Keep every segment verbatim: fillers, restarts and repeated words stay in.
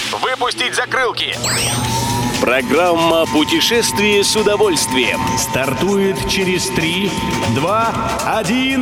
Выпустить закрылки. Программа «Путешествие с удовольствием» стартует через три, два, один.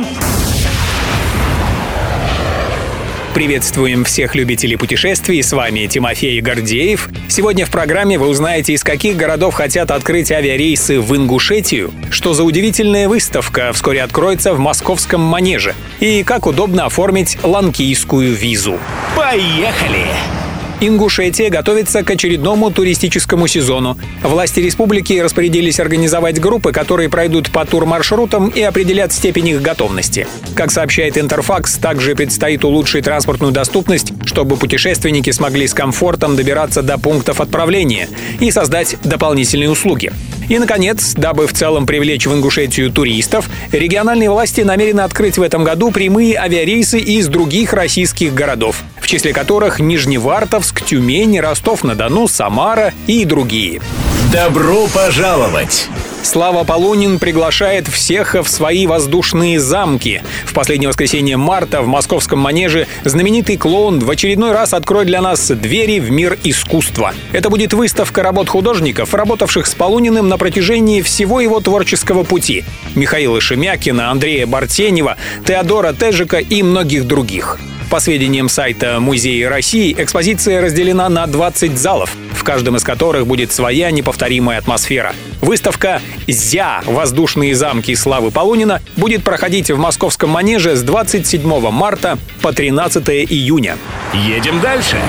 Приветствуем всех любителей путешествий, с вами Тимофей Гордеев. Сегодня в программе вы узнаете, из каких городов хотят открыть авиарейсы в Ингушетию, что за удивительная выставка вскоре откроется в московском Манеже и как удобно оформить ланкийскую визу. Поехали! Ингушетия готовится к очередному туристическому сезону. Власти республики распорядились организовать группы, которые пройдут по турмаршрутам и определят степень их готовности. Как сообщает Интерфакс, также предстоит улучшить транспортную доступность, чтобы путешественники смогли с комфортом добираться до пунктов отправления и создать дополнительные услуги. И, наконец, дабы в целом привлечь в Ингушетию туристов, региональные власти намерены открыть в этом году прямые авиарейсы из других российских городов, в числе которых Нижневартовск, Тюмень, Ростов-на-Дону, Самара и другие. Добро пожаловать! Слава Полунин приглашает всех в свои воздушные замки. В последнее воскресенье марта в московском Манеже знаменитый клоун в очередной раз откроет для нас двери в мир искусства. Это будет выставка работ художников, работавших с Полуниным на протяжении всего его творческого пути. Михаила Шемякина, Андрея Бартенева, Теодора Тежика и многих других. По сведениям сайта Музея России, экспозиция разделена на двадцать залов, в каждом из которых будет своя неповторимая атмосфера. Выставка «Зя. Воздушные замки славы Полунина» будет проходить в московском Манеже с двадцать седьмого марта по тринадцатого июня. Едем дальше!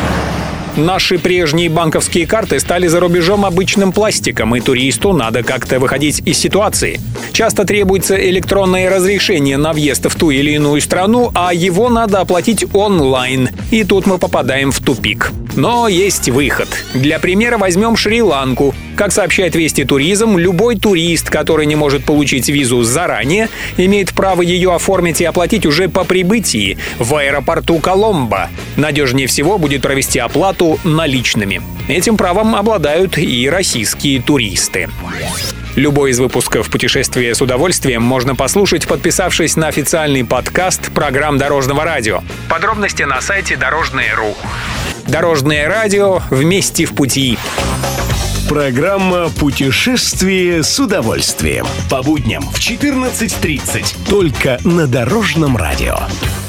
Наши прежние банковские карты стали за рубежом обычным пластиком, и туристу надо как-то выходить из ситуации. Часто требуется электронное разрешение на въезд в ту или иную страну, а его надо оплатить онлайн. И тут мы попадаем в тупик. Но есть выход. Для примера возьмем Шри-Ланку. Как сообщает Вести Туризм, любой турист, который не может получить визу заранее, имеет право ее оформить и оплатить уже по прибытии в аэропорту Коломбо. Надежнее всего будет провести оплату наличными. Этим правом обладают и российские туристы. Любой из выпусков «Путешествия с удовольствием» можно послушать, подписавшись на официальный подкаст программ Дорожного радио. Подробности на сайте дорожное точка ру. Дорожное радио, вместе в пути. Программа «Путешествие с удовольствием» по будням в четырнадцать тридцать только на Дорожном радио.